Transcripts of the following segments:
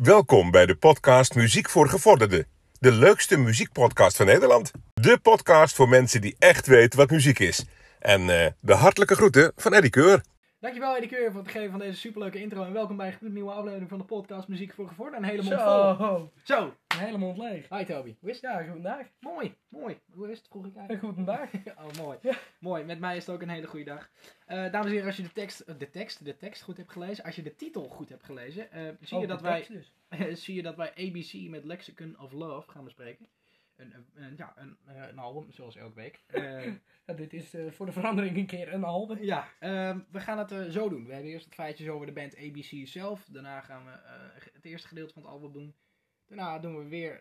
Welkom bij de podcast Muziek voor Gevorderden. De leukste muziekpodcast van Nederland. De podcast voor mensen die echt weten wat muziek is. En de hartelijke groeten van Eddie Keur. Dankjewel Eddie Keur voor het geven van deze superleuke intro. En welkom bij een nieuwe aflevering van de podcast Muziek voor Gevorderden. Een hele mond vol. Zo. Een hele mond leeg. Hi Toby. Hoe is het? Ja, goedendag. Mooi. Hoe is het? Vroeg ik eigenlijk. Goedendag. Oh, mooi. Ja. Mooi. Met mij is het ook een hele goede dag. Dames en heren, als je de tekst goed hebt gelezen, als je de titel goed hebt gelezen, zie je dat wij ABC met Lexicon of Love gaan bespreken. Een album, zoals elke week. Ja, dit is voor de verandering een keer een album. Ja, we gaan het zo doen. We hebben eerst het feitjes over de band ABC zelf. Daarna gaan we het eerste gedeelte van het album doen. Daarna doen we weer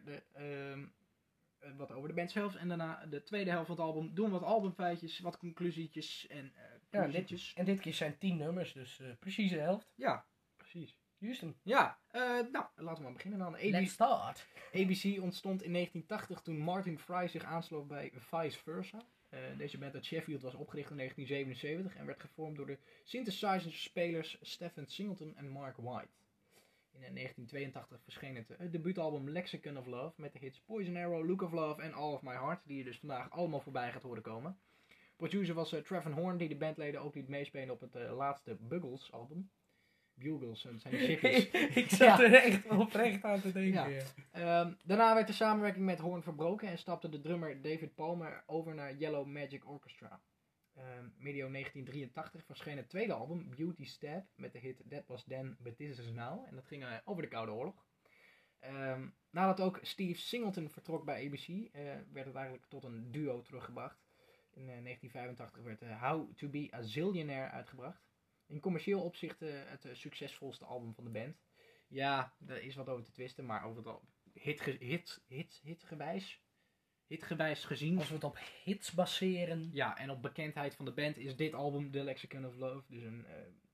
wat over de band zelf. En daarna de tweede helft van het album doen we wat albumfeitjes, wat conclusietjes en conclusietjes. En dit keer zijn 10 nummers, dus precies de helft. Ja, precies. Houston. Ja, laten we maar beginnen dan. Let's start. ABC ontstond in 1980 toen Martin Fry zich aansloot bij Vice Versa. Deze band uit Sheffield was opgericht in 1977 en werd gevormd door de synthesizer-spelers Stephen Singleton en Mark White. In 1982 verscheen het debuutalbum Lexicon of Love met de hits Poison Arrow, Look of Love en All of My Heart, die je dus vandaag allemaal voorbij gaat horen komen. Producer was Trevor Horn, die de bandleden ook liet meespelen op het laatste Buggles album. Bugles, dat zijn de chippies. Ik zat er echt oprecht aan te denken. Ja. Daarna werd de samenwerking met Horn verbroken en stapte de drummer David Palmer over naar Yellow Magic Orchestra. Medio 1983 verscheen het tweede album, Beauty Stab, met de hit That Was Then, But This Is Now. En dat ging over de Koude Oorlog. Nadat ook Steve Singleton vertrok bij ABC, werd het eigenlijk tot een duo teruggebracht. In 1985 werd How To Be A Zillionaire uitgebracht. In commercieel opzicht het succesvolste album van de band. Ja, daar is wat over te twisten, maar over het hitgewijs gezien. Als we het op hits baseren. Ja, en op bekendheid van de band is dit album The Lexicon of Love. Dus een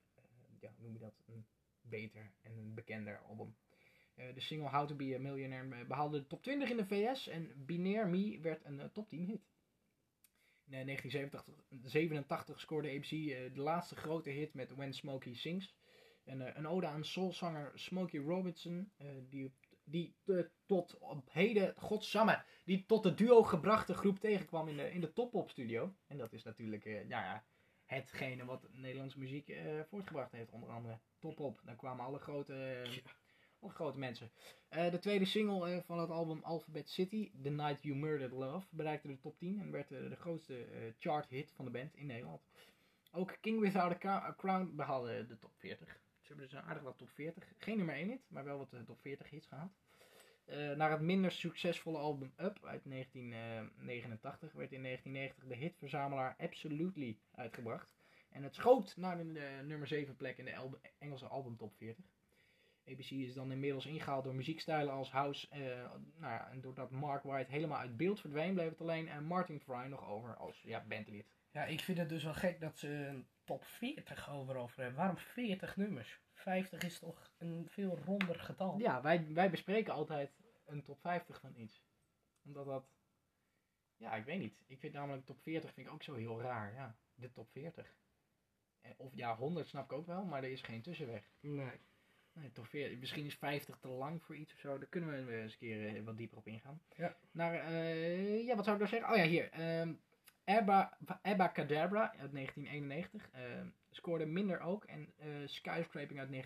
beter en een bekender album. De single How To Be A Millionaire behaalde de top 20 in de VS en Binaire Me werd een top 10 hit. In 1987 scoorde ABC de laatste grote hit met When Smokey Sings. Een ode aan soulzanger Smokey Robinson, die tot op heden, die tot de duo gebrachte groep tegenkwam in de Top Pop studio. En dat is natuurlijk hetgene wat Nederlandse muziek voortgebracht heeft, onder andere Top Pop. Daar kwamen alle grote mensen. De tweede single van het album Alphabet City, The Night You Murdered Love, bereikte de top 10 en werd de grootste chart hit van de band in Nederland. Ook King Without a Crown behaalde de top 40. Ze hebben dus aardig wat top 40. Geen nummer 1 hit, maar wel wat top 40 hits gehad. Naar het minder succesvolle album Up uit 1989 werd in 1990 de hitverzamelaar Absolutely uitgebracht. En het schoot naar de nummer 7 plek in de Engelse album top 40. ABC is dan inmiddels ingehaald door muziekstijlen als house. En doordat Mark White helemaal uit beeld verdween, bleef het alleen Martin Fry nog over als bandlid. Ja, ik vind het dus wel gek dat ze een top 40 over hebben. Waarom 40 nummers? 50 is toch een veel ronder getal? Ja, wij bespreken altijd een top 50 van iets. Omdat dat... Ja, ik weet niet. Ik vind namelijk top 40 vind ik ook zo heel raar. Ja, de top 40. Of ja, 100 snap ik ook wel, maar er is geen tussenweg. Nee. Nee, top 40. Misschien is 50 te lang voor iets of zo. Daar kunnen we eens een keer wat dieper op ingaan. Ja. Wat zou ik nou zeggen? Oh ja, hier. Abracadabra uit 1991. Scoorde minder ook. En Skyscraping uit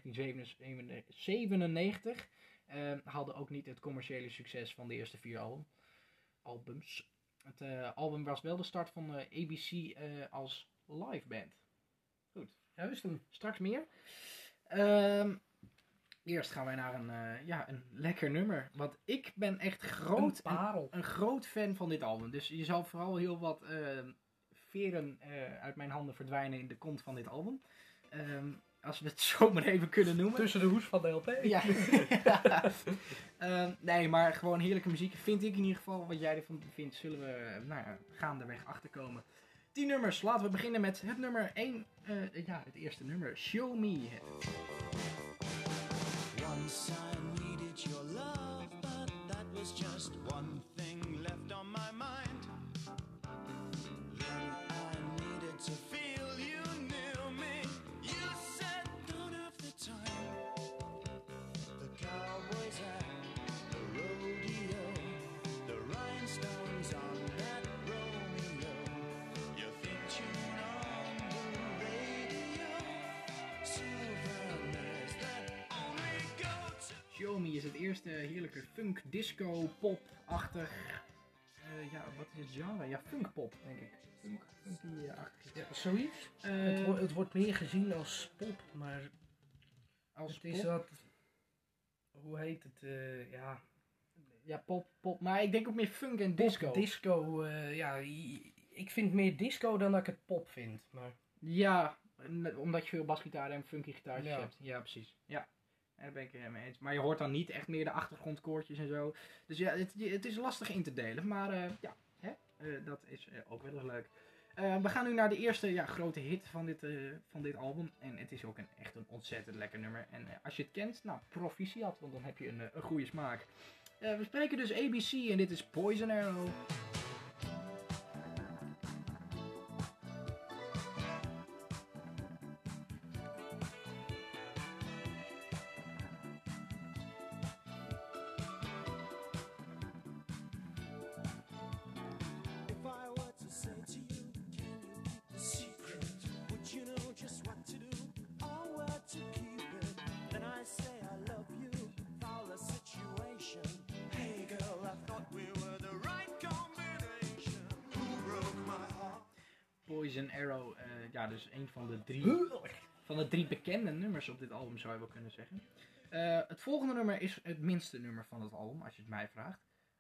1997 haalde ook niet het commerciële succes van de eerste 4 albums. Het album was wel de start van ABC als live band. Goed. Juist hem. Straks meer. Eerst gaan wij naar een lekker nummer. Want ik ben echt een groot fan van dit album. Dus je zal vooral heel wat veren uit mijn handen verdwijnen in de kont van dit album. Als we het zo maar even kunnen noemen. Tussen de hoes van de LP. Ja. Nee, maar gewoon heerlijke muziek. Vind ik in ieder geval. Wat jij ervan vindt, zullen we gaandeweg achterkomen. 10 nummers. Laten we beginnen met het nummer 1. Het eerste nummer. Show Me. Once I needed your love, but that was just one thing left on my mind. Then I needed to feel you near me. You said don't have the time. The cowboy Show Me is het eerste heerlijke funk, disco, pop-achtig. Ja, wat is het genre? Ja, funkpop, denk ik. Funky-achtig. Ja, zoiets. Eh, Het wordt meer gezien als pop, maar als het is pop. wat... Hoe heet het? Ja, Ja, pop. Maar ik denk ook meer funk en disco. pop, disco. Ja, ik vind meer disco dan dat ik het pop vind. Maar Ja, omdat je veel basgitaren en funky gitaartjes Ja. hebt. Ja, precies. Ja, en daar ben ik het mee eens. Maar je hoort dan niet echt meer de achtergrondkoortjes en zo. Dus ja, het is lastig in te delen. Maar ja, hè? Dat is ook wel eens leuk. We gaan nu naar de eerste grote hit van dit album. En het is ook echt een ontzettend lekker nummer. En als je het kent, nou, proficiat, want dan heb je een goede smaak. We spreken dus ABC en dit is Poison Arrow. If I were to say to you, can you keep the secret? Would you know just what to do or where to keep it? Then I say I love you, foul the situation. Hey girl, I thought we were the right combination. Who broke my heart? Poison Arrow, ja, dus een van de drie bekende nummers op dit album, zou je wel kunnen zeggen. Het volgende nummer is het minste nummer van het album, als je het mij vraagt.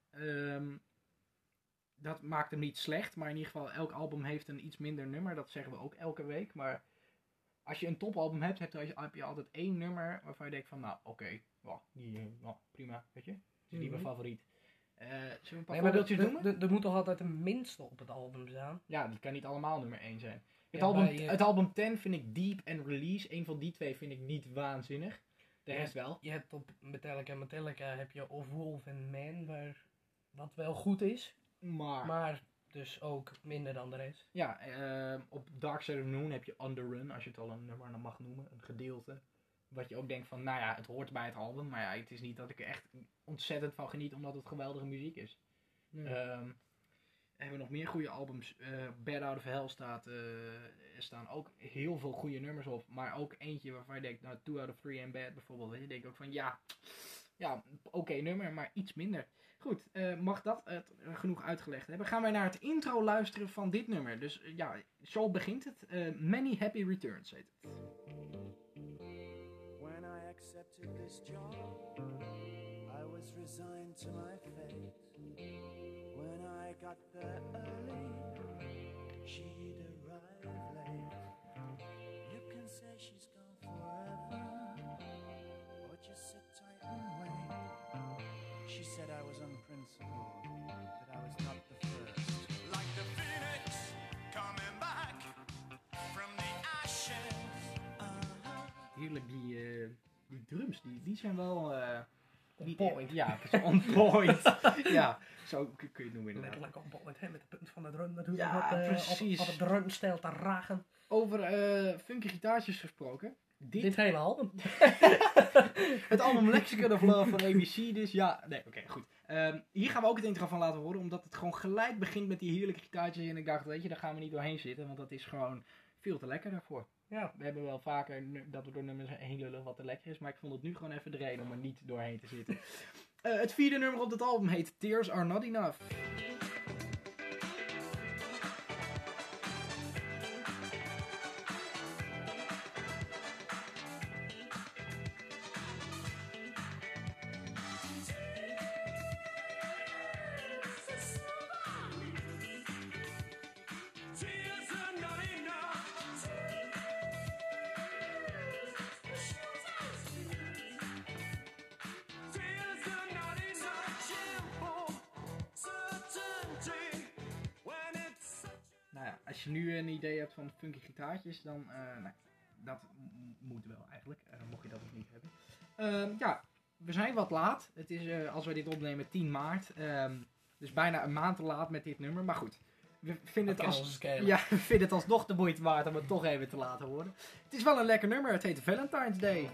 Dat maakt hem niet slecht, maar in ieder geval elk album heeft een iets minder nummer. Dat zeggen we ook elke week. Maar als je een topalbum hebt, heb je altijd één nummer waarvan je denkt van, nou oké, prima, weet je. Het is niet mijn favoriet. Zullen we een paar voorbeeldjes noemen? er moet toch altijd een minste op het album staan? Ja, die kan niet allemaal nummer 1 zijn. Ja, Het album 10 vind ik Deep en Release. Een van die twee vind ik niet waanzinnig. De rest wel. Je hebt op Metallica heb je Of Wolf en Man, wat wel goed is. Maar dus ook minder dan de rest. Ja, op Dark Side of the Moon heb je On The Run, als je het al een nummer mag noemen. Een gedeelte. Wat je ook denkt van, nou ja, het hoort bij het album. Maar ja, het is niet dat ik er echt ontzettend van geniet, omdat het geweldige muziek is. Hebben we nog meer goede albums. Bad Out of Hell er staan ook heel veel goede nummers op. Maar ook eentje waarvan je denkt, nou 2 Out of 3 and Bad bijvoorbeeld. Weet je, denk ook van ja oké nummer, maar iets minder. Goed, mag dat het genoeg uitgelegd hebben. Gaan wij naar het intro luisteren van dit nummer. Dus ja, zo begint het. Many Happy Returns heet het. When I accepted this job, I was resigned to my fate. When I got there early, she'd arrive late. You can say she's gone forever, or just sit tight and wait. She said I was unprincipled, that I was not the first. Like the phoenix coming back from the ashes. Heerlijk, die drums, die zijn wel... On point. Ja, on point. Ja, zo kun je het noemen inderdaad. Lekker on point, hè, met de punt van de drum natuurlijk. Ja, precies. Op het drumstel te ragen. Over funky gitaartjes gesproken. Dit hele album. Het album Lexicon of Love van ABC, dus ja, nee, oké, goed. Hier gaan we ook het intro van laten horen, omdat het gewoon gelijk begint met die heerlijke gitaartjes. En ik dacht, weet je, daar gaan we niet doorheen zitten, want dat is gewoon veel te lekker daarvoor. Ja. We hebben wel vaker dat we door nummers heen lullen wat te lekker is, maar ik vond het nu gewoon even de reden om er niet doorheen te zitten. Het vierde nummer op dit album heet Tears Are Not Enough. Nou ja, als je nu een idee hebt van funky gitaartjes, dan dat moet wel eigenlijk, mocht je dat nog niet hebben. Ja, we zijn wat laat. Het is, als wij dit opnemen, 10 maart. Dus bijna een maand te laat met dit nummer. Maar goed, we vinden we vinden het alsnog de moeite waard om het toch even te laten horen. Het is wel een lekker nummer. Het heet Valentine's Day.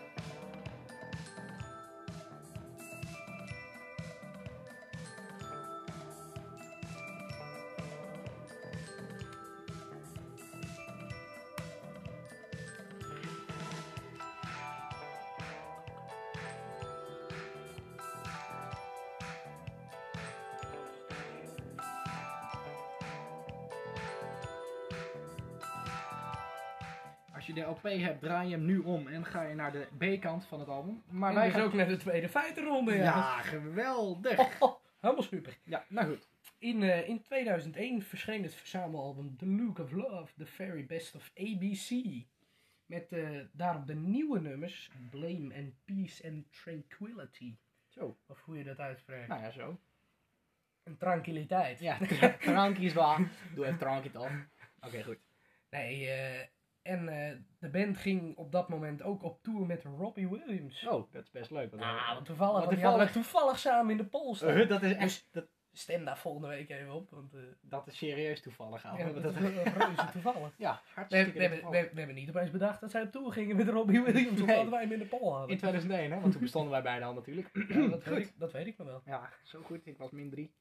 je de LP hebt, draai je hem nu om en ga je naar de B-kant van het album. Maar En wij dus gaan ook naar de tweede feitenronde. Ja, geweldig. Helemaal super. Ja, nou goed. In 2001 verscheen het verzamelalbum The Luke of Love, The Very Best of ABC. Met daarop de nieuwe nummers Blame and Peace and Tranquility. Zo. Of hoe je dat uitspreekt. Nou ja, zo. En tranquiliteit. Ja, trankie is waar. Doe even trankie dan. Oké, goed. Nee, de band ging op dat moment ook op tour met Robbie Williams. Oh, dat is best leuk. Want toevallig, wat die hadden we toevallig samen in de poll staan. Dat is echt... Stem daar volgende week even op. Want, Dat is serieus toevallig. Al. ja, dat is reuze toevallig. Ja, We hartstikke hebben niet opeens bedacht dat zij op tour gingen met Robbie Williams, Nee. omdat wij hem in de poll hadden. In 2001, hè? Want toen bestonden wij beide al natuurlijk. Ja, dat weet ik nog wel. Ja, zo goed. Ik was min 3.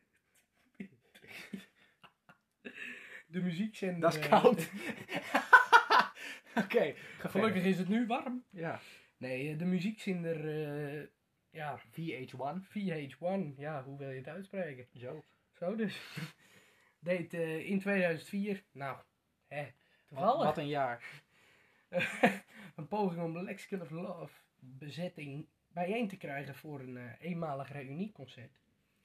De muziekzender... Dat is koud. Oké, Gelukkig is het nu warm. Ja. Nee, de muziekzender... VH1. VH1, ja, hoe wil je het uitspreken? Zo. Zo dus. Deed in 2004, nou, toevallig, Wat een jaar. een poging om Lexicon of Love bezetting bijeen te krijgen voor een eenmalig reunieconcert.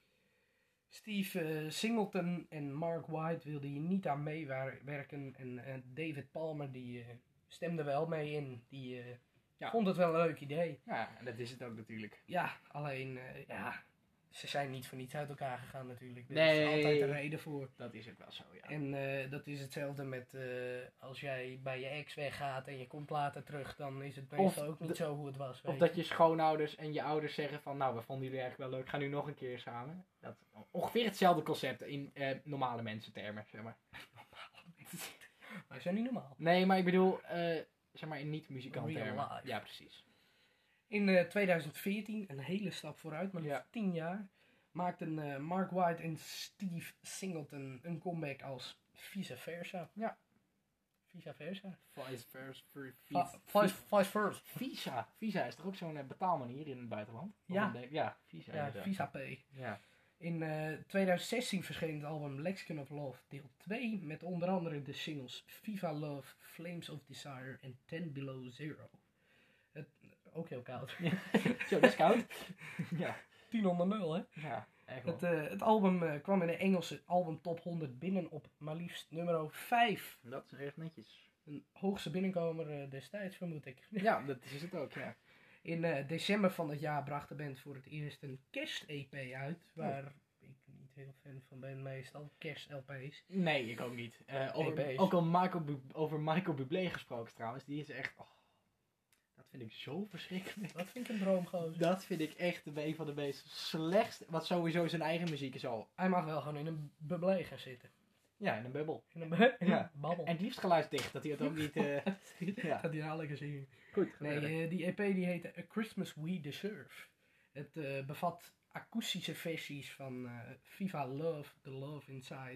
Steve Singleton en Mark White wilden hier niet aan meewerken en David Palmer die stemde wel mee in. Die vond het wel een leuk idee. Ja, en dat is het ook natuurlijk. Ja, alleen, ze zijn niet voor niets uit elkaar gegaan natuurlijk. Er Nee. is altijd een reden voor. Dat is ook wel zo, ja. En dat is hetzelfde met als jij bij je ex weggaat en je komt later terug, dan is het meestal ook niet zo hoe het was. Of weet dat je. je schoonouders en je ouders zeggen van, nou, we vonden jullie eigenlijk wel leuk, ga nu nog een keer samen. Dat ongeveer hetzelfde concept in normale mensentermen, zeg maar. Maar zijn niet normaal. Nee, maar ik bedoel, zeg maar in niet-muzikanttermen. Real life. Ja, precies. In 2014, een hele stap vooruit, maar Ja. 10 jaar, maakten Mark White en Steve Singleton een comeback als vice versa. Ja. Vice versa? Vice versa. Vice versa. Visa. Visa is toch ook zo'n betaalmanier in het buitenland? Of Ja. Ja, Visa. Ja, inderdaad. Visa Pay. Ja. In 2016 verscheen het album Lexicon of Love deel 2 met onder andere de singles Viva Love, Flames of Desire en 10 Below Zero. Ook heel koud. Zo, dat is koud. Ja. 10 onder 0 hè. Ja, echt wel. Het album kwam in de Engelse album top 100 binnen op maar liefst nummer 5. Dat is echt netjes. Een hoogste binnenkomer destijds vermoed ik. Ja, dat is het ook, ja. In december van het jaar bracht de band voor het eerst een kerst-EP uit, waar ik niet heel fan van ben, meestal kerst-LP's. Nee, ik ook niet. EP's. Ook al over Michael Bublé gesproken trouwens, die is echt... Oh, dat vind ik zo verschrikkelijk. Dat vind ik een droomgozer. Dat vind ik echt een van de meest slechtste... Wat sowieso zijn eigen muziek is al... Hij mag wel gewoon in een Bublé gaan zitten. Ja, in een bubbel. In een Ja. babbel. En het liefst geluidsdicht, dat hij het ook niet... ja. Gaat hij nou lekker zingen. Goed, Nee, die EP die heette A Christmas We Deserve. Het bevat akoestische versies van Viva Love, The Love Inside,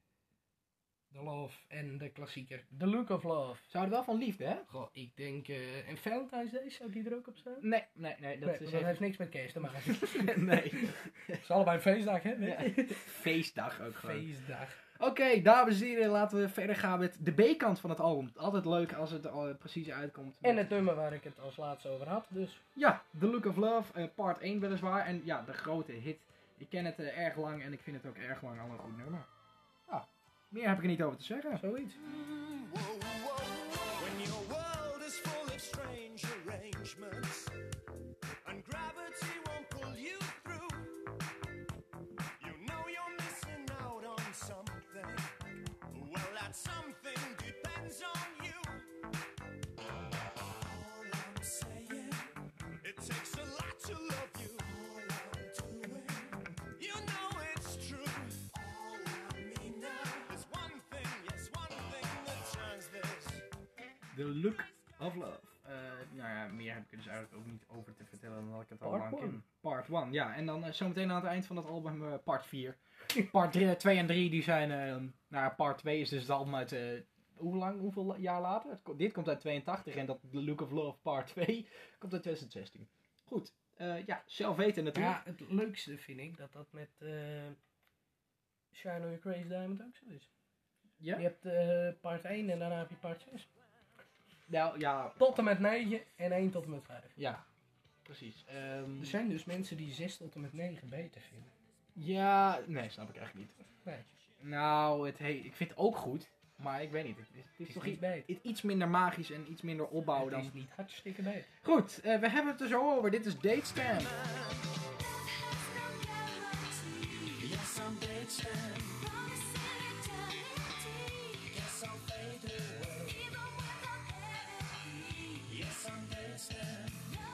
The Love en de klassieker The Look of Love. Zou het wel van liefde, hè? Goh, ik denk, en Valentine's Day, zou die er ook op staan? Nee, dat Nee, is dat even... heeft niks met kerst te maken. nee. Het is allebei een feestdag, hè? Ja. Feestdag ook gewoon. Feestdag. Oké, dames en heren, laten we verder gaan met de B-kant van het album. Altijd leuk als het precies uitkomt. En het nummer waar ik het als laatste over had, dus. Ja, The Look of Love, part 1 weliswaar. En ja, de grote hit. Ik ken het erg lang en ik vind het ook erg lang al een goed nummer. Ah, meer heb ik er niet over te zeggen. Zoiets. Whoa, whoa. When your world is full of strange arrangements and gravity won't pull you through, you know you're missing out on something. Well, that something depends on you. All I'm saying, it takes a lot to love you. All I'm doing, you know it's true. All I mean now is one thing, yes, one thing that turns this. The Look of Love. Nou ja, meer heb ik er dus eigenlijk ook niet over te vertellen dan dat ik het al Part lang one. ken. Part 1, ja. En dan zometeen aan het eind van het album part 4. Part 2 en 3 die zijn... part 2 is dus het album uit... hoeveel jaar later? Dit komt uit 82 en dat The Look of Love part 2 komt uit 2016. Goed. Ja, zelf weten natuurlijk. Ja, het leukste vind ik dat met Shine on Your Crazy Diamond ook zo is. Ja? Je hebt part 1 en daarna heb je part 6. Nou, ja. Tot en met 9 en 1 tot en met 5. Ja, precies. Er zijn dus mensen die 6 tot en met 9 beter vinden. Ja, nee, snap ik echt niet. Nee, Nou, ik vind het ook goed, maar ik weet niet. Het is toch niet beter. iets minder magisch en iets minder opbouw Het dan... is niet hartstikke beter. Goed, we hebben het er zo over. Dit is Datestamp. Yes, I'm Datestamp. Guess I'll fade away. Yes, I'm Datestamp.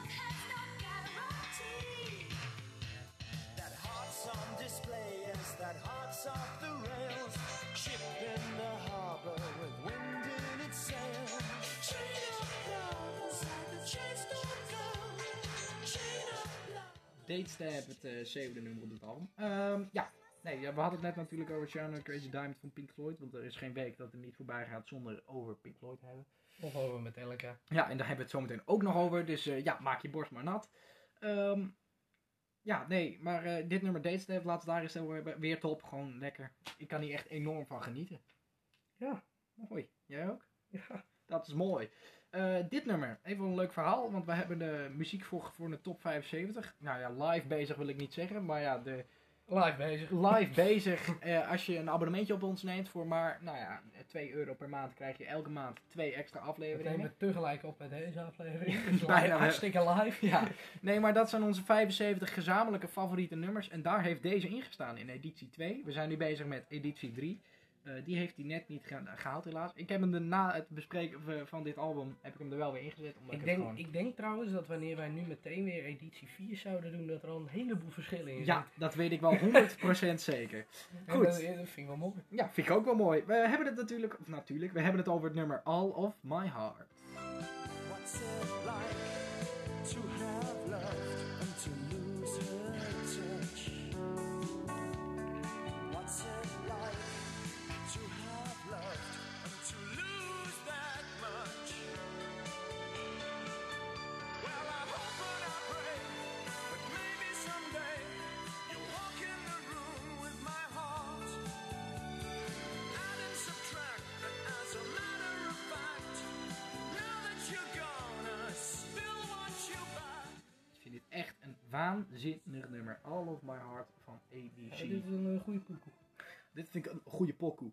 That heart's on display, yes, that heart's off the rails. Ship in the harbor with wind in its sails. Chain of love inside the chase don't go. Chain of love. Datestamp, het zevende nummer op het album. Ja, we hadden het net natuurlijk over Shine Crazy Diamond van Pink Floyd. Want er is geen week dat er niet voorbij gaat zonder over Pink Floyd te hebben. Of over Metallica. Ja, en daar hebben we het zo meteen ook nog over. Dus ja, maak je borst maar nat. Ja, nee, maar dit nummer Datestamp, laten we daar eens over hebben. Weer top, gewoon lekker. Ik kan hier echt enorm van genieten. Ja. Mooi. Jij ook? Ja. Dat is mooi. Dit nummer, even een leuk verhaal, want we hebben de muziek voor de top 75. Nou ja, live bezig wil ik niet zeggen, maar ja, Live bezig. live bezig. Als je een abonnementje op ons neemt voor maar, nou ja, €2 per maand, krijg je elke maand 2 extra We afleveringen. nemen tegelijk op met deze aflevering. Dus Bijna wel. hartstikke live. Ja, nee, maar dat zijn onze 75 gezamenlijke favoriete nummers. En daar heeft deze ingestaan in editie 2. We zijn nu bezig met editie 3. Die heeft hij net niet gehaald helaas. Ik heb hem na het bespreken van dit album, heb ik hem er wel weer ingezet. Omdat Ik denk trouwens dat wanneer wij nu meteen weer editie 4 zouden doen, dat er al een heleboel verschillen in Ja, zitten. dat weet ik wel 100% zeker. En Goed. dat vind ik wel mooi. Ja, vind ik ook wel mooi. We hebben het natuurlijk, we hebben het over het nummer All of My Heart. What's it like to have loved and to lose her touch? What's it like to have loved and to lose that much? Well, I hope and I pray that maybe someday you'll walk in the room with my heart. Add and subtract, but as a matter of fact, now that you're gone, I still want you back. Ik vind dit echt een waanzinnig nummer. All of My Heart van ABC. Ja, dit is een goede poekoe. Dit vind ik een goede pokoe.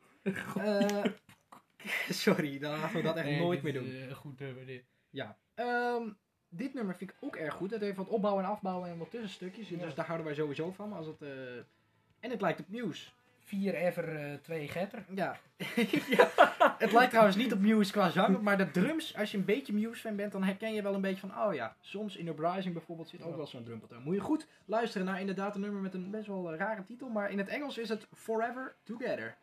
Sorry, dan laten we dat echt nooit meer doen. Goed nummer dit. Ja. Dit nummer vind ik ook erg goed. Het heeft wat opbouw en afbouwen en wat tussenstukjes. Ja. Dus daar houden wij sowieso van. Als het, en het lijkt op Muse. 4 ever, 2 getter. Ja. Ja. Het lijkt trouwens niet op Muse qua zang. Maar de drums, als je een beetje Muse fan bent, dan herken je wel een beetje van... Oh ja, soms in Uprising bijvoorbeeld zit ook wel zo'n drumpatroon. Moet je goed luisteren naar inderdaad een nummer met een best wel rare titel. Maar in het Engels is het Forever Together.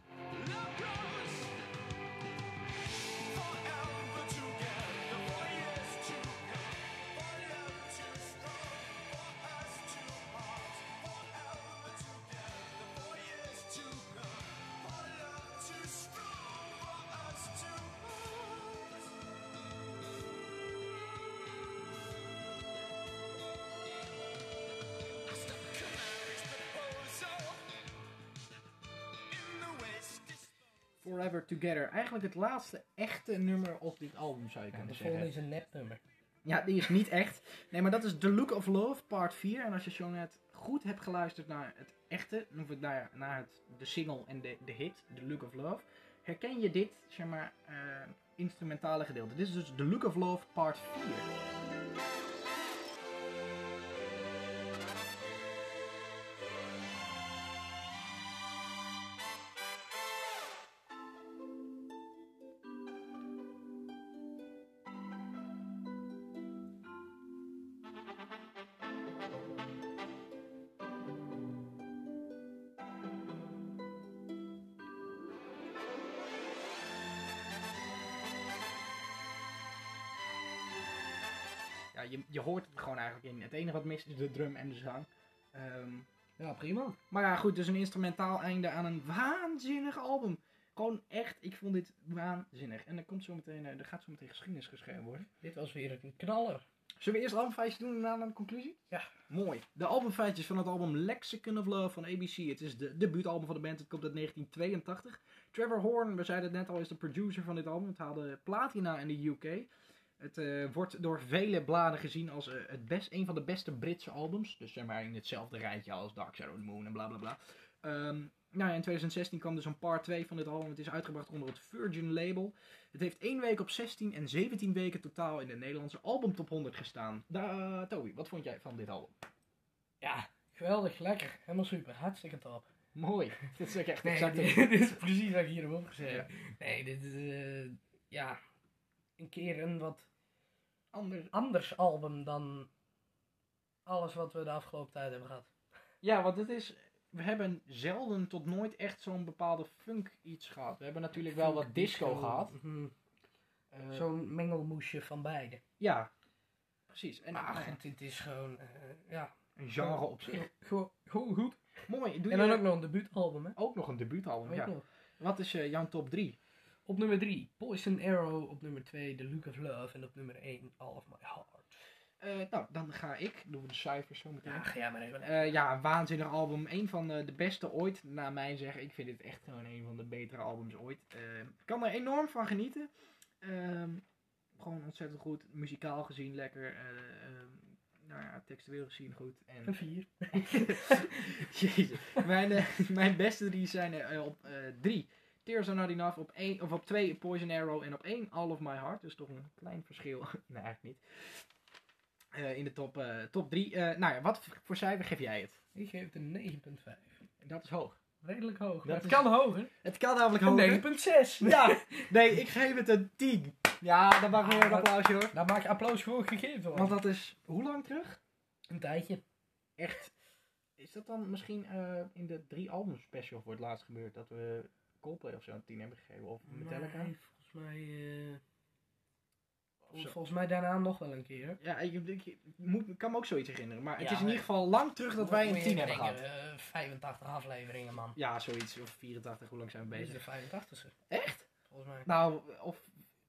Forever Together. Eigenlijk het laatste echte nummer op dit album zou je Ja, kunnen de volgende zeggen. is een nepnummer. Ja, die is niet echt. Nee, maar dat is The Look of Love, part 4. En als je zo net goed hebt geluisterd naar het echte, of naar de single en de hit, The Look of Love, herken je dit, zeg maar, instrumentale gedeelte. Dit is dus The Look of Love, part 4. Ja, je hoort het gewoon eigenlijk in. Het enige wat mist is de drum en de zang. Ja, prima. Maar ja, goed, dus een instrumentaal einde aan een waanzinnig album. Gewoon echt, ik vond dit waanzinnig. En er gaat zo meteen geschiedenis geschreven worden. Dit was weer een knaller. Zullen we eerst albumfeitjes doen en daarna een conclusie? Ja. Mooi. De albumfeitjes van het album Lexicon of Love van ABC. Het is de debuutalbum van de band. Het komt uit 1982. Trevor Horn, we zeiden het net al, is de producer van dit album. Het haalde platina in de UK. Het wordt door vele bladen gezien als een van de beste Britse albums. Dus zeg maar in hetzelfde rijtje als Dark Side of the Moon en bla bla bla. Nou ja, in 2016 kwam dus een part 2 van dit album. Het is uitgebracht onder het Virgin label. Het heeft 1 week op 16 en 17 weken totaal in de Nederlandse albumtop 100 gestaan. Toby, wat vond jij van dit album? Ja, geweldig, lekker. Helemaal super. Hartstikke top. Mooi. Dit is ook echt Nee, exact. dit is precies wat ik hier heb opgezet. Ja. Nee, dit is een keer een wat Anders. anders album dan alles wat we de afgelopen tijd hebben gehad. Ja, want we hebben zelden tot nooit echt zo'n bepaalde funk iets gehad. We hebben natuurlijk wel wat disco gehad. Zo'n mengelmoesje van beide. Ja, precies. En Maar goed, dit is gewoon, een genre op zich. Gewoon goed. Mooi. Doe En je dan ook nog een debuutalbum, hè? ook nog een debuutalbum? Weet Ja. je nog. Wat is jouw top 3? Op nummer 3, Poison Arrow. Op nummer 2, The Look of Love. En op nummer 1, All of My Heart. Nou, dan ga ik. Doen we de cijfers zo meteen. Ja, ga jij maar even. Ja, een waanzinnig album. Een van de beste ooit, naar mijn zeggen. Ik vind dit echt gewoon een van de betere albums ooit. Ik kan er enorm van genieten. Gewoon ontzettend goed. Muzikaal gezien lekker. Nou ja, textueel gezien goed. En Een 4. Jezus. Mijn beste 3 zijn op 3. Tears Are Not Enough. Op 2 Poison Arrow. En op 1 All of My Heart. Dus toch een klein verschil. Nee, eigenlijk niet. In de top 3. Nou ja, wat voor cijfer geef jij het? Ik geef het een 9,5. Dat is hoog. Redelijk hoog. Dat Maar het is- kan hoger. Het kan namelijk Een hoger. 9,6. Ja, nee, ik geef het een 10. Ja, dan mag weer een Ah, applausje hoor. Daar maak je applaus voor gegeven worden. Want dat is, hoe lang terug? Een tijdje. Echt. Is dat dan misschien in de 3 album special voor het laatst gebeurd? Dat we Coldplay of zo een 10 hebben gegeven? Of Metallica? Nee, Zo. volgens mij daarna nog wel een keer. Ja, ik kan me ook zoiets herinneren. Maar het Ja, is in ieder geval lang terug dat wij een 10 hebben gehad. 85 afleveringen, man. Ja, zoiets. Of 84, hoe lang zijn we Dit is bezig? de 85ste, Echt? volgens mij. Nou, of...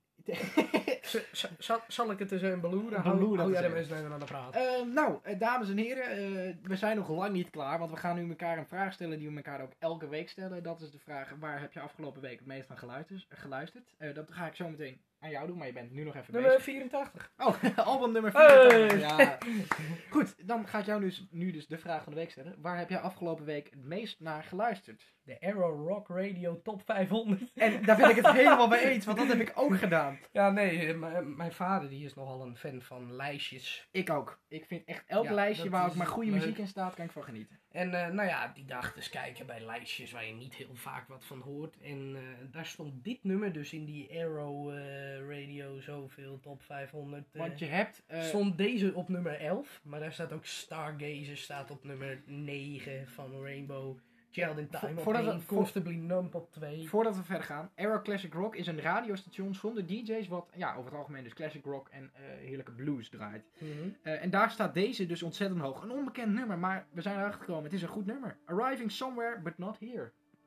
Zal ik het eens een beloeren? Beloer dat Hou jij eens er eens even aan de praat. Dames en heren, we zijn nog lang niet klaar, want we gaan nu elkaar een vraag stellen die we elkaar ook elke week stellen. Dat is de vraag, waar heb je afgelopen week het meest van geluisterd? Dat ga ik zo meteen aan jou doen, maar je bent nu nog even Nummer bezig. 84. Oh, album nummer 84. Hey! Ja. Goed, dan ga ik jou nu dus de vraag van de week stellen. Waar heb jij afgelopen week het meest naar geluisterd? De Arrow Rock Radio Top 500. En daar ben ik het helemaal mee eens, want dat heb ik ook gedaan. Ja, nee, mijn vader die is nogal een fan van lijstjes. Ik ook. Ik vind echt elk Ja, lijstje dat waar ook is maar goede leuk. muziek in staat, kan ik van genieten. En nou ja, die dacht eens kijken bij lijstjes waar je niet heel vaak wat van hoort. En daar stond dit nummer dus in die Arrow Radio zoveel Top 500. Want je hebt... Stond deze op nummer 11, maar daar staat ook Stargazer staat op nummer 9 van Rainbow. Child in Time op Voordat we- 1, Comfortably Numb op 2. Voordat we verder gaan, Arrow Classic Rock is een radiostation zonder DJ's wat ja, over het algemeen dus classic rock en heerlijke blues draait. En daar staat deze dus ontzettend hoog. Een onbekend nummer, maar we zijn erachter gekomen. Het is een goed nummer. Arriving Somewhere But Not Here.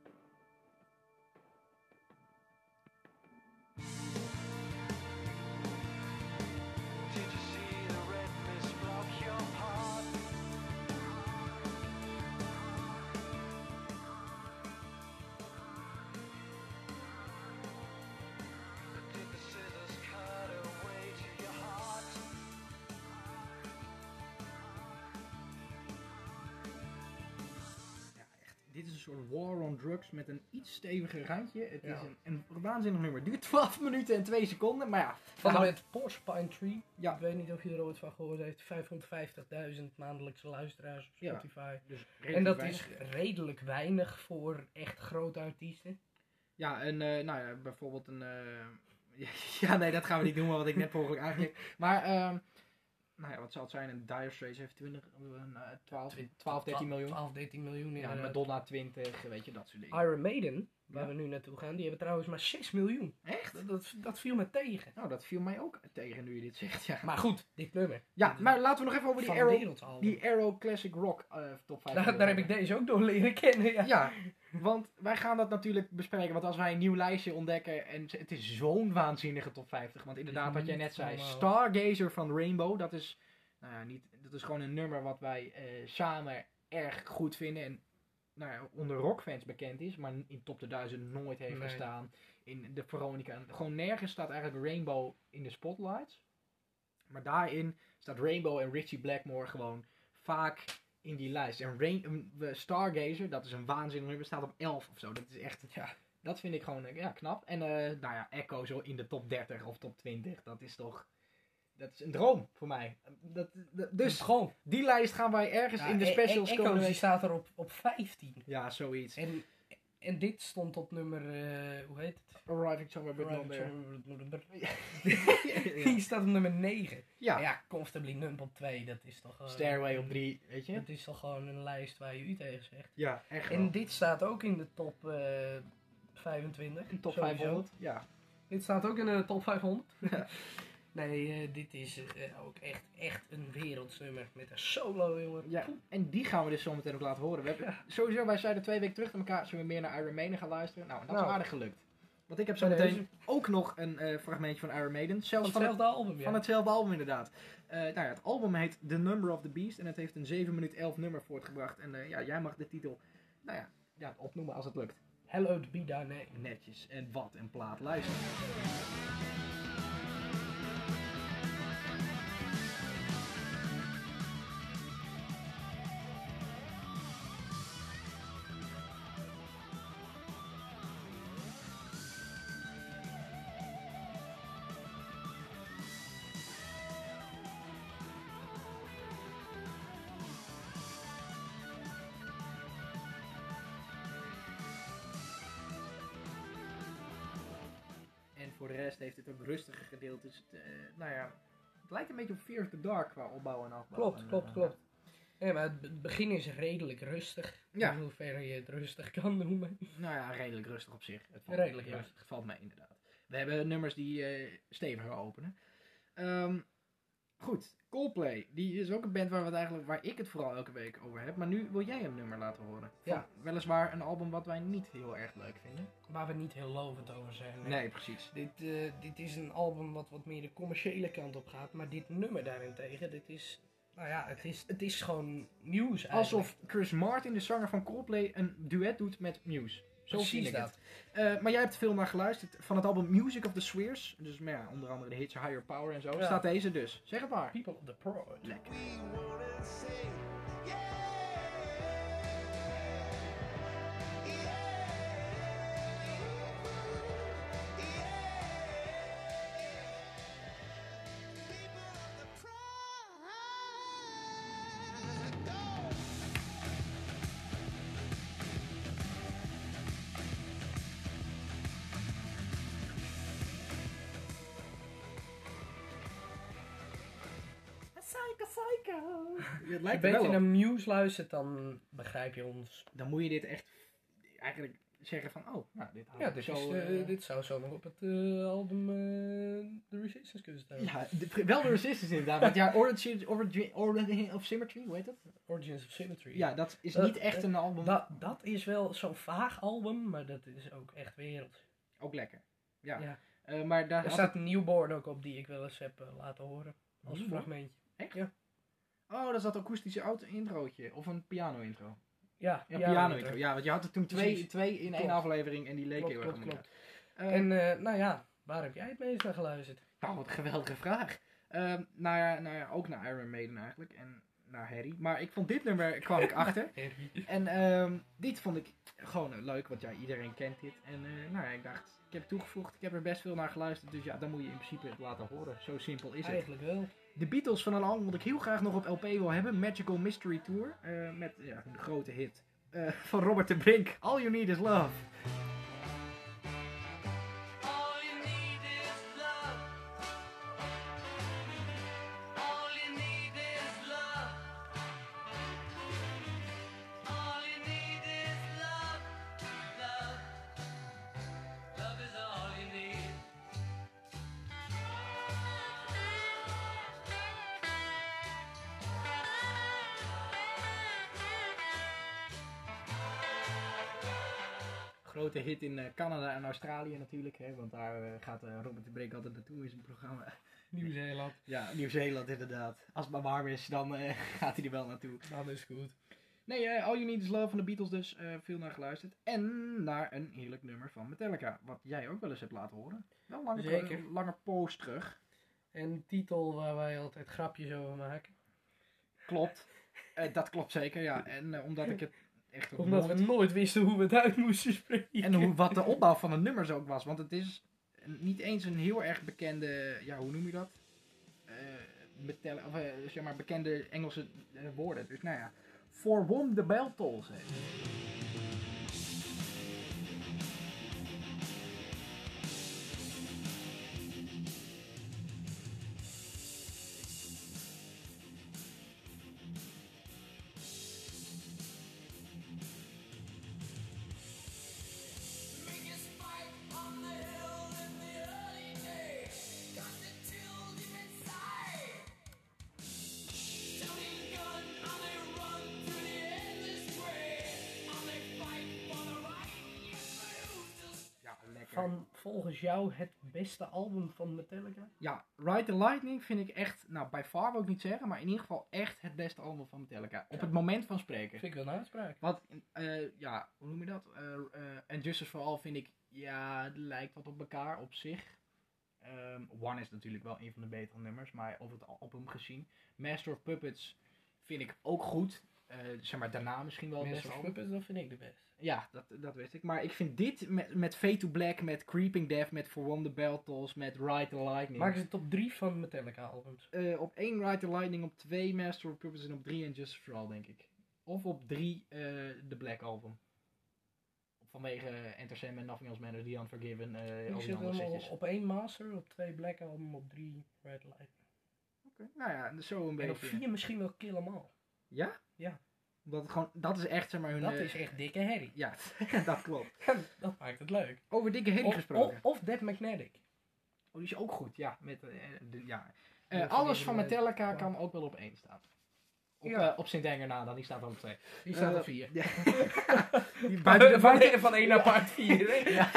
Did you see the red mist block your path? Did the scissors cut away to your heart? Ja, echt. Dit is een soort war on drugs met een iets steviger randje. Het Ja. is een waanzinnig nummer. Het duurt 12 minuten en 2 seconden, maar ja. Van nou, het Porcupine Tree. Ja. Ik weet niet of je er ooit van gehoord heeft. 550.000 maandelijkse luisteraars op Ja. Spotify. dus En dat weinig. is redelijk weinig voor echt grote artiesten. Ja, en nou ja, bijvoorbeeld een... ja, nee, dat gaan we niet doen, wat ik net mogelijk aangeef. Maar, nou ja, wat zal het zijn? Een Dire Straits heeft 12, 13 miljoen. 12, 13 miljoen Ja, inderdaad. Madonna 20, weet je, dat soort dingen. Iron Maiden, waar Ja. we nu naartoe gaan, die hebben trouwens maar 6 miljoen. Echt? Dat viel me tegen. Nou, dat viel mij ook tegen nu je dit zegt, ja. Maar goed, dit nummer. Ja, maar laten we nog even over van die wereldalbum. Arrow Classic Rock top 5. Daar heb ik deze ook door leren kennen. Ja. Ja, want wij gaan dat natuurlijk bespreken. Want als wij een nieuw lijstje ontdekken en het is zo'n waanzinnige top 50. Want inderdaad, wat jij net zei, normaal. Stargazer van Rainbow, dat is, nou ja, dat is gewoon een nummer wat wij samen erg goed vinden. En nou ja, onder rockfans bekend is, maar in top 1000 nooit heeft Nee. gestaan. In de Veronica, gewoon nergens staat eigenlijk Rainbow in de spotlights. Maar daarin staat Rainbow en Richie Blackmore gewoon vaak in die lijst. En Stargazer, dat is een waanzinnig nummer, staat op 11 of zo. Dat is echt, dat vind ik gewoon knap. En Echo zo in de top 30 of top 20, dat is een droom voor mij. Dus Gewoon. die lijst gaan wij ergens in de specials Echo, komen. die staat er op 15. Ja, zoiets. En dit stond op nummer, hoe heet het? Arriving Somewhere But Not There. Die staat op nummer 9. Ja. Ja, Comfortably Numb op 2, dat is toch... Stairway op 3, weet je? Het is toch gewoon een lijst waar je u tegen zegt. Ja, echt En dit staat ook in de top 25. in top sowieso. 500. Ja. Dit staat ook in de top 500. Nee, dit is ook echt een wereldsnummer met een solo, jongen. Ja, en die gaan we dus zo meteen ook laten horen. We hebben sowieso, wij zeiden 2 weken terug naar elkaar, zullen we meer naar Iron Maiden gaan luisteren? Nou, en dat is aardig gelukt. Want ik heb zo Bij meteen deze. ook nog een fragmentje van Iron Maiden. Zelfs Van hetzelfde album, ja. van hetzelfde album inderdaad. Het album heet The Number of the Beast en het heeft een 7 minuut 11 nummer voortgebracht. En jij mag de titel opnoemen als het lukt. Hallowed Be Thy Name. Netjes. En wat een plaat. Luister. En voor de rest heeft het ook rustige gedeeltes. Het lijkt een beetje op Fear of the Dark qua opbouw en afbouw. Klopt. Ja, maar het begin is redelijk rustig. Ja. In hoeverre je het rustig kan noemen. Nou ja, redelijk rustig op zich. Het valt Redelijk mee, rustig. Het valt mee inderdaad. We hebben nummers die steviger openen. Goed, Coldplay. Die is ook een band waar ik het vooral elke week over heb. Maar nu wil jij een nummer laten horen. Ja. Van weliswaar een album wat wij niet heel erg leuk vinden. Waar we niet heel lovend over zijn. Nee, precies. Dit is een album wat meer de commerciële kant op gaat. Maar dit nummer daarentegen, dit is... Nou ja, het is gewoon Muse eigenlijk. Alsof Chris Martin, de zanger van Coldplay, een duet doet met Muse. Zo Precies vind ik dat. het. Maar jij hebt veel naar geluisterd van het album Music of the Spheres. Dus onder andere de hits Higher Power en zo. Ja. Staat deze dus. Zeg het maar. People of the Pride. Lekker. We wanna say, yeah, people of the pride, go. Psycho. Het Als lijkt je er een wel beetje op. naar Muse luistert, dan begrijp je ons. Dan moet je dit echt eigenlijk zeggen van, oh, nou, dit had Ja, ik dit, zo... dit zou zo nog op het album The Resistance kunnen staan. ja, wel de Resistance inderdaad. Want ja, Origin of Symmetry, hoe heet dat? Origins of Symmetry. Ja, dat is niet echt een album. Dat is wel zo'n vaag album, maar dat is ook echt wereld. Ook lekker. Ja. Ja. Maar daar Er staat een Newborn ook op die ik wel eens heb laten horen. Als Newborn? fragmentje. Echt? Ja. Oh, dat is dat akoestische introotje. Of een piano intro. Ja, Ja, piano intro. Ja, want je had er toen Precies. twee in één Klopt. aflevering en die leken heel erg Klopt. op elkaar. En nou ja, waar heb jij het meest naar geluisterd? Nou, wat een geweldige vraag. Ook naar Iron Maiden eigenlijk. En naar Harry. Maar ik vond dit nummer, kwam ik achter. En dit vond ik gewoon leuk, want ja, iedereen kent dit. En ik dacht, ik heb het toegevoegd, ik heb er best veel naar geluisterd. Dus ja, dan moet je in principe het laten horen. Zo simpel is het. Eigenlijk wel. De Beatles van een album wat ik heel graag nog op LP wil hebben. Magical Mystery Tour. Met de grote hit van Robert de Brink. All You Need Is Love. All you need is love. All you need is love. All you need is love. Love. Love is all you need. Grote hit in Canada en Australië natuurlijk. Hè, want daar gaat Robert de Brink altijd naartoe in zijn programma. Nieuw-Zeeland. Ja, Nieuw-Zeeland inderdaad. Als het maar warm is, dan gaat hij er wel naartoe. Dat is goed. Nee, All You Need Is Love van de Beatles dus. Veel naar geluisterd. En naar een heerlijk nummer van Metallica. Wat jij ook wel eens hebt laten horen. Wel Zeker. langer poos terug. En titel waar wij altijd grapjes over maken. Klopt. Dat klopt zeker, ja. En omdat ik het echt ook Omdat we nooit wisten hoe we het uit moesten spreken. En wat de opbouw van de nummers ook was. Want het is niet eens een heel erg bekende, ja, hoe noem je dat? Zeg maar bekende Engelse woorden. Dus nou ja, For Whom the Bell Tolls heet het. Biggest fight on the hill in the early days. Got the chills deep inside. Shouting gun, on they run through the endless gray. On they fight for the right. Yes, they move till Ja, lekker. Van volgens jou het beste album van Metallica? Ja, Ride the Lightning vind ik echt, nou by far wil ik niet zeggen, maar in ieder geval echt het beste album van Metallica. Op het moment van spreken. Vind ik wel een uitspraak. Wat, ja, hoe noem je dat? En Justice for All vind ik, ja, het lijkt wat op elkaar op zich. One is natuurlijk wel een van de betere nummers, maar over het album gezien. Master of Puppets vind ik ook goed. Zeg maar daarna misschien wel het Master beste of album. Puppets, dat vind ik de best. Ja, dat wist ik. Maar ik vind dit met Fade to Black, met Creeping Death, met For Whom the Bell Tolls, met Ride the Lightning. Maak eens een top 3 van Metallica albums. Op 1 Ride the Lightning, op 2 Master of Puppets en op 3 Justice for All, denk ik. Of op 3 de Black Album. Vanwege Enter Sandman, Nothing Else Matters, The Unforgiven, Ik al die zit andere hem setjes. op 1 Master, op 2 Black Album, op 3 Red Light. Oké. Nou ja, zo een En op beetje. 4 misschien wel Kill 'Em All. Ja? Ja. Omdat het gewoon, dat is echt, zeg maar, hun... Dat is echt dikke herrie. Ja, dat klopt. Dat maakt het leuk. Over dikke herrie gesproken. Of Dead Magnetic. Oh, die is ook goed, ja. Ja. Ja, Alles van die- Metallica ja. kan ook wel op 1 staan. Ja. Op Sint Anger na dan, die staat op 2. Die staat op 4. Ja. Die buiten Van 1 naar part 4. Ja.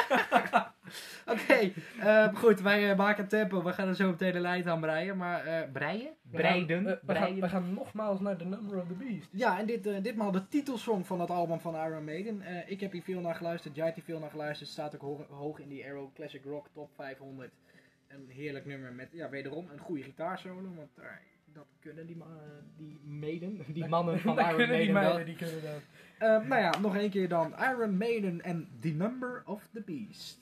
Oké, goed, wij maken tempo. We gaan er zo meteen de lijn aan breien. Maar breien? We gaan nogmaals naar The Number of the Beast. Ja, en ditmaal de titelsong van het album van Iron Maiden. Ik heb hier veel naar geluisterd, jij hebt hier veel naar geluisterd. Staat ook hoog in die Arrow Classic Rock Top 500. Een heerlijk nummer met, ja, wederom een goede gitaarsolo. Want dat kunnen die Maiden, die mannen van Dat Iron kunnen die Maiden wel. meiden, die kunnen dat. Nou ja, nog één keer dan. Iron Maiden en The Number of the Beast.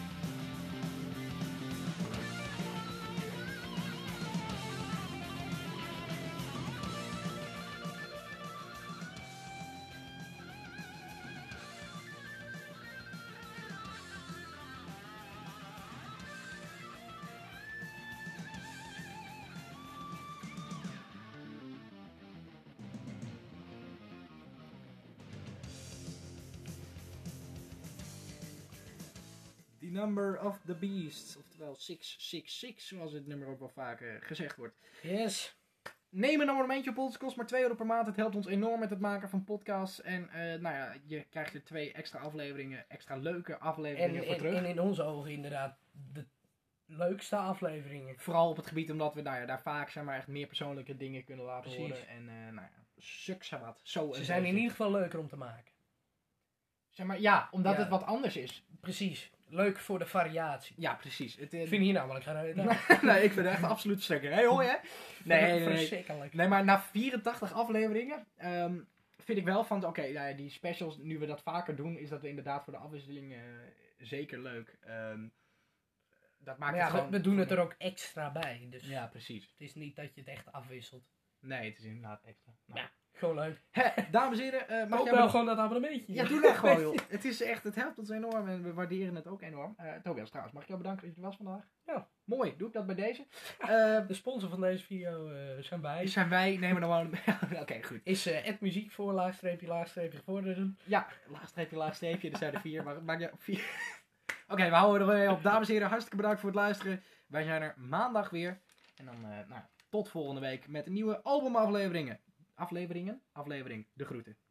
The Number of the Beast. Oftewel 666, zoals het nummer ook wel vaak gezegd wordt. Yes. Neem een abonnementje op ons. Het kost maar €2 per maand. Het helpt ons enorm met het maken van podcasts. En nou ja, je krijgt er 2 extra afleveringen. Extra leuke afleveringen voor terug. En in onze ogen inderdaad de leukste afleveringen. Vooral op het gebied omdat we nou ja, daar vaak zeg maar, echt meer persoonlijke dingen kunnen laten Precies. horen. En nou ja, suksawat. Zo Ze een zijn in beetje. ieder geval leuker om te maken. Zeg maar, ja, omdat Ja. het wat anders is. Precies. Leuk voor de variatie. Ja, precies. Het, Ik vind hier namelijk geen nee, ik vind het echt absoluut sterker. Hé, hoor je? Nee. Verschrikkelijk. Nee, maar na 84 afleveringen vind ik wel van, oké, nou ja, die specials, nu we dat vaker doen, is dat inderdaad voor de afwisseling zeker leuk. Dat maakt Maar het ja, gewoon... we doen het er ook extra bij. Dus Ja, precies. het is niet dat je het echt afwisselt. Nee, het is inderdaad extra. Nou. Ja, gewoon leuk. Dames en heren, mag Koop jij... wel gewoon dat abonnementje. Ja, doe dat gewoon, joh. Het is echt, het helpt ons enorm en we waarderen het ook enorm. Tobias, trouwens, mag ik jou bedanken dat je er was vandaag? Ja. Mooi, doe ik dat bij deze. De sponsor van deze video zijn wij. Zijn wij, nemen dan gewoon... Oké, goed. Is muziek voor laagstreepje gevorderen. Ja, laagstreepje, er zijn er 4, maar maak je 4. Oké, we houden er weer op. Dames en heren, hartstikke bedankt voor het luisteren. Wij zijn er maandag weer. En dan, tot volgende week met een nieuwe albumafleveringen. Aflevering, de groeten.